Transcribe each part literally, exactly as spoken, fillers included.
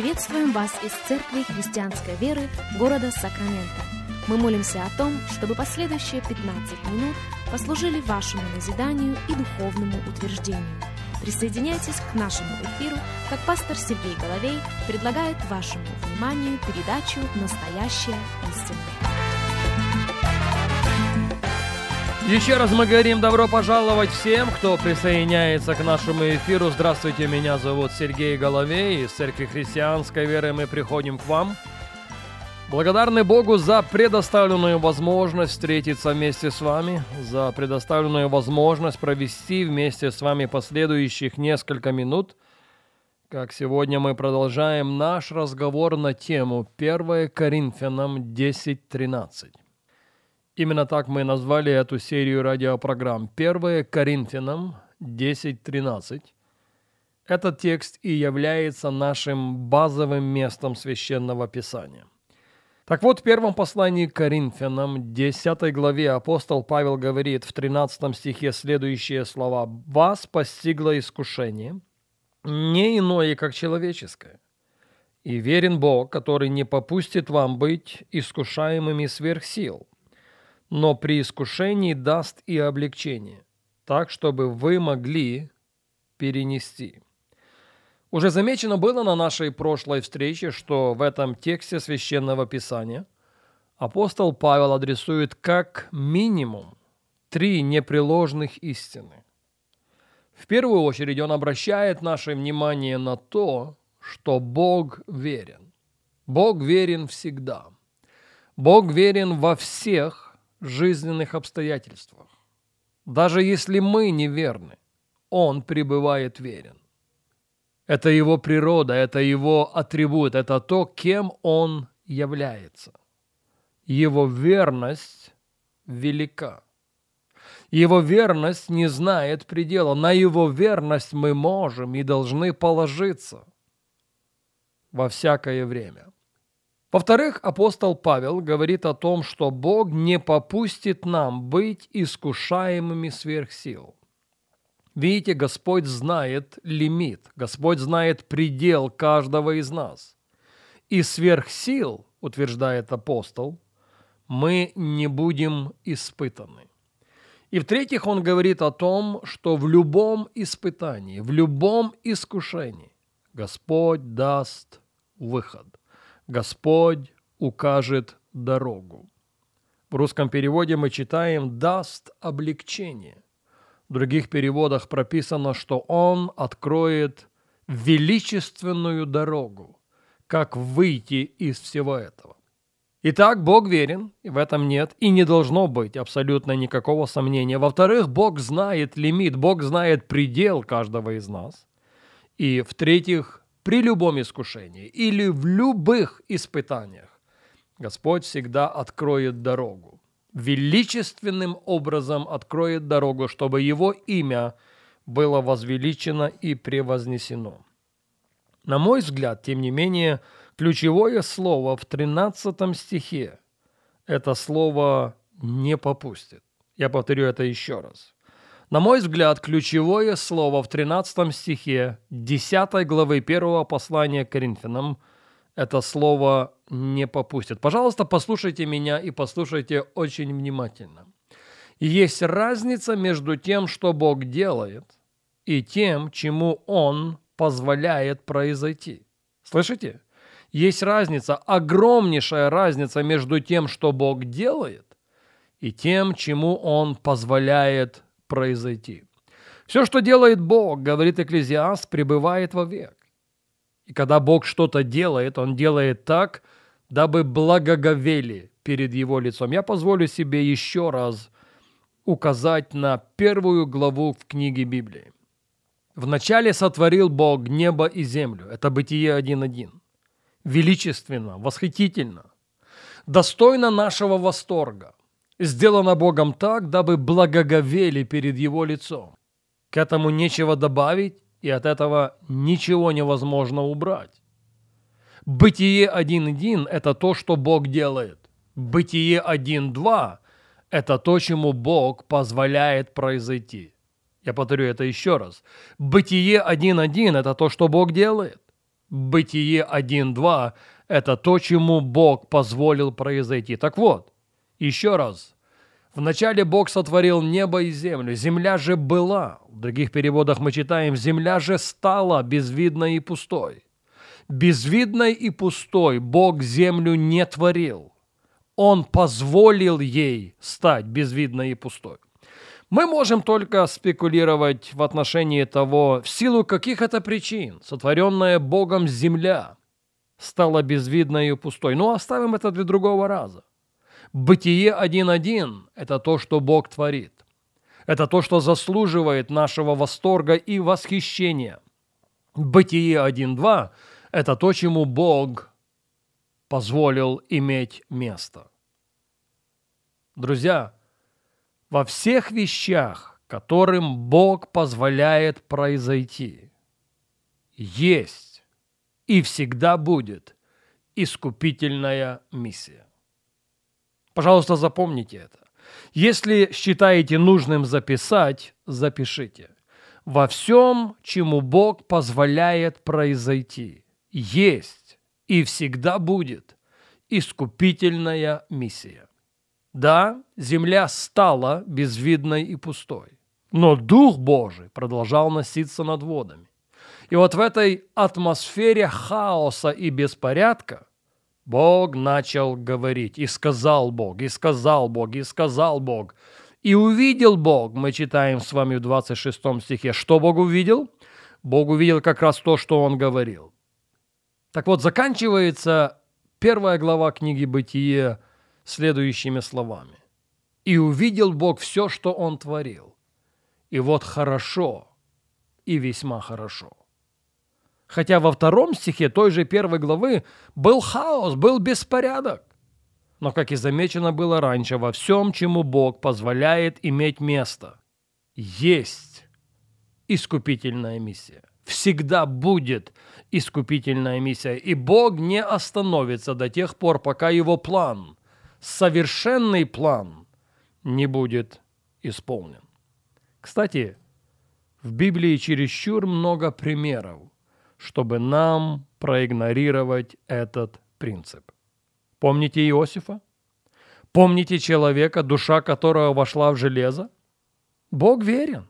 Приветствуем вас из Церкви Христианской Веры города Сакраменто. Мы молимся о том, чтобы последующие пятнадцать минут послужили вашему назиданию и духовному утверждению. Присоединяйтесь к нашему эфиру, как пастор Сергей Головей предлагает вашему вниманию передачу «Настоящая истина». Еще раз мы говорим добро пожаловать всем, кто присоединяется к нашему эфиру. Здравствуйте, меня зовут Сергей Головей. Из Церкви Христианской Веры мы приходим к вам. Благодарны Богу за предоставленную возможность встретиться вместе с вами, за предоставленную возможность провести вместе с вами последующих несколько минут. Как сегодня мы продолжаем наш разговор на тему первое Коринфянам десять тринадцать. Именно так мы назвали эту серию радиопрограмм первое Коринфянам десять тринадцать. Этот текст и является нашим базовым местом Священного Писания. Так вот, в первом послании к Коринфянам, десятой главе, апостол Павел говорит в тринадцатом стихе следующие слова: «Вас постигло искушение, не иное, как человеческое, и верен Бог, который не попустит вам быть искушаемыми сверх сил, но при искушении даст и облегчение, так, чтобы вы могли перенести». Уже замечено было на нашей прошлой встрече, что в этом тексте Священного Писания апостол Павел адресует как минимум три непреложных истины. В первую очередь он обращает наше внимание на то, что Бог верен. Бог верен всегда. Бог верен во всех жизненных обстоятельствах. Даже если мы неверны, Он пребывает верен. Это Его природа, это Его атрибут, это то, кем Он является. Его верность велика. Его верность не знает предела. На Его верность мы можем и должны положиться во всякое время. Во-вторых, апостол Павел говорит о том, что Бог не попустит нам быть искушаемыми сверх сил. Видите, Господь знает лимит, Господь знает предел каждого из нас. И сверх сил, утверждает апостол, мы не будем испытаны. И в-третьих, он говорит о том, что в любом испытании, в любом искушении Господь даст выход. Господь укажет дорогу. В русском переводе мы читаем «даст облегчение». В других переводах прописано, что Он откроет величественную дорогу, как выйти из всего этого. Итак, Бог верен, и в этом нет и не должно быть абсолютно никакого сомнения. Во-вторых, Бог знает лимит, Бог знает предел каждого из нас. И в-третьих, при любом искушении или в любых испытаниях Господь всегда откроет дорогу. Величественным образом откроет дорогу, чтобы Его имя было возвеличено и превознесено. На мой взгляд, тем не менее, ключевое слово в тринадцатом стихе – это слово «не попустит». Я повторю это еще раз. На мой взгляд, ключевое слово в тринадцатом стихе десятой главы первого послания к Коринфянам – это слово «не попустит». Пожалуйста, послушайте меня и послушайте очень внимательно. Есть разница между тем, что Бог делает, и тем, чему Он позволяет произойти. Слышите? Есть разница, огромнейшая разница между тем, что Бог делает, и тем, чему Он позволяет произойти. Все, что делает Бог, говорит Экклезиаст, пребывает вовек. И когда Бог что-то делает, Он делает так, дабы благоговели перед Его лицом. Я позволю себе еще раз указать на первую главу в книге Библии. «Вначале сотворил Бог небо и землю». Это Бытие один один. Величественно, восхитительно, достойно нашего восторга. Сделано Богом так, дабы благоговели перед Его лицом. К этому нечего добавить, и от этого ничего невозможно убрать. Бытие один один – это то, что Бог делает. Бытие один два – это то, чему Бог позволяет произойти. Я повторю это еще раз. Бытие один один – это то, что Бог делает. Бытие один два – это то, чему Бог позволил произойти. Так вот, еще раз. Вначале Бог сотворил небо и землю. Земля же была. В других переводах мы читаем: земля же стала безвидной и пустой. Безвидной и пустой Бог землю не творил. Он позволил ей стать безвидной и пустой. Мы можем только спекулировать в отношении того, в силу каких это причин сотворенная Богом земля стала безвидной и пустой. Но оставим это для другого раза. Бытие один один – это то, что Бог творит. Это то, что заслуживает нашего восторга и восхищения. Бытие один два – это то, чему Бог позволил иметь место. Друзья, во всех вещах, которым Бог позволяет произойти, есть и всегда будет искупительная миссия. Пожалуйста, запомните это. Если считаете нужным записать, запишите. Во всем, чему Бог позволяет произойти, есть и всегда будет искупительная миссия. Да, земля стала безвидной и пустой, но Дух Божий продолжал носиться над водами. И вот в этой атмосфере хаоса и беспорядка Бог начал говорить, и сказал Бог, и сказал Бог, и сказал Бог. И увидел Бог, мы читаем с вами в двадцать шестом стихе, что Бог увидел? Бог увидел как раз то, что Он говорил. Так вот, заканчивается первая глава книги «Бытие» следующими словами. «И увидел Бог все, что Он творил, и вот хорошо, и весьма хорошо». Хотя во втором стихе той же первой главы был хаос, был беспорядок. Но, как и замечено было раньше, во всем, чему Бог позволяет иметь место, есть искупительная миссия. Всегда будет искупительная миссия. И Бог не остановится до тех пор, пока Его план, совершенный план, не будет исполнен. Кстати, в Библии чересчур много примеров, чтобы нам проигнорировать этот принцип. Помните Иосифа? Помните человека, душа которого вошла в железо? Бог верен.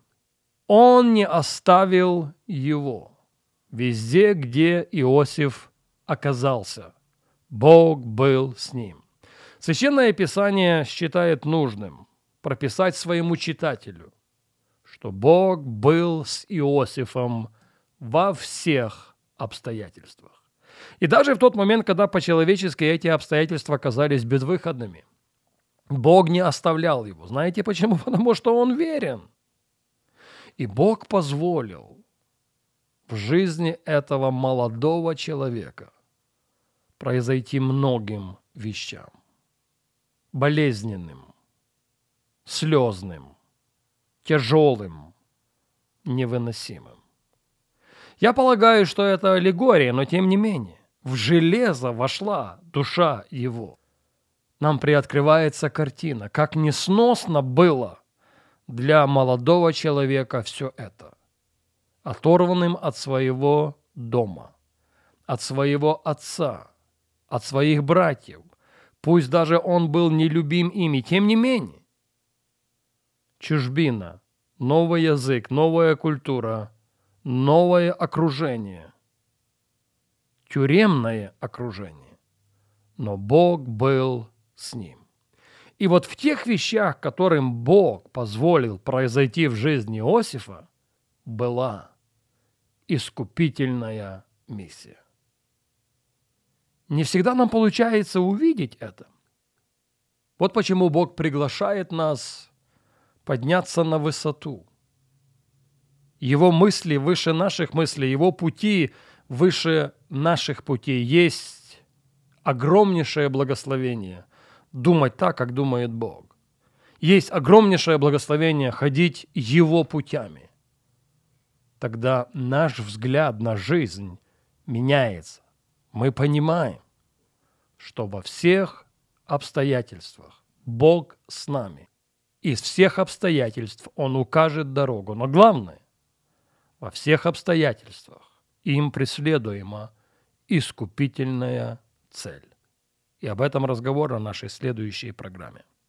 Он не оставил его. Везде, где Иосиф оказался, Бог был с ним. Священное Писание считает нужным прописать своему читателю, что Бог был с Иосифом во всех обстоятельствах. И даже в тот момент, когда по-человечески эти обстоятельства оказались безвыходными, Бог не оставлял его. Знаете почему? Потому что Он верен. И Бог позволил в жизни этого молодого человека произойти многим вещам. Болезненным, слезным, тяжелым, невыносимым. Я полагаю, что это аллегория, но тем не менее, в железо вошла душа его. Нам приоткрывается картина, как несносно было для молодого человека все это. Оторванным от своего дома, от своего отца, от своих братьев, пусть даже он был нелюбим ими, тем не менее. Чужбина, новый язык, новая культура, новое окружение, тюремное окружение, но Бог был с ним. И вот в тех вещах, которым Бог позволил произойти в жизни Иосифа, была искупительная миссия. Не всегда нам получается увидеть это. Вот почему Бог приглашает нас подняться на высоту. Его мысли выше наших мыслей, Его пути выше наших путей. Есть огромнейшее благословение думать так, как думает Бог. Есть огромнейшее благословение ходить Его путями. Тогда наш взгляд на жизнь меняется. Мы понимаем, что во всех обстоятельствах Бог с нами. Из всех обстоятельств Он укажет дорогу. Но главное, во всех обстоятельствах им преследуема искупительная цель. И об этом разговор в нашей следующей программе.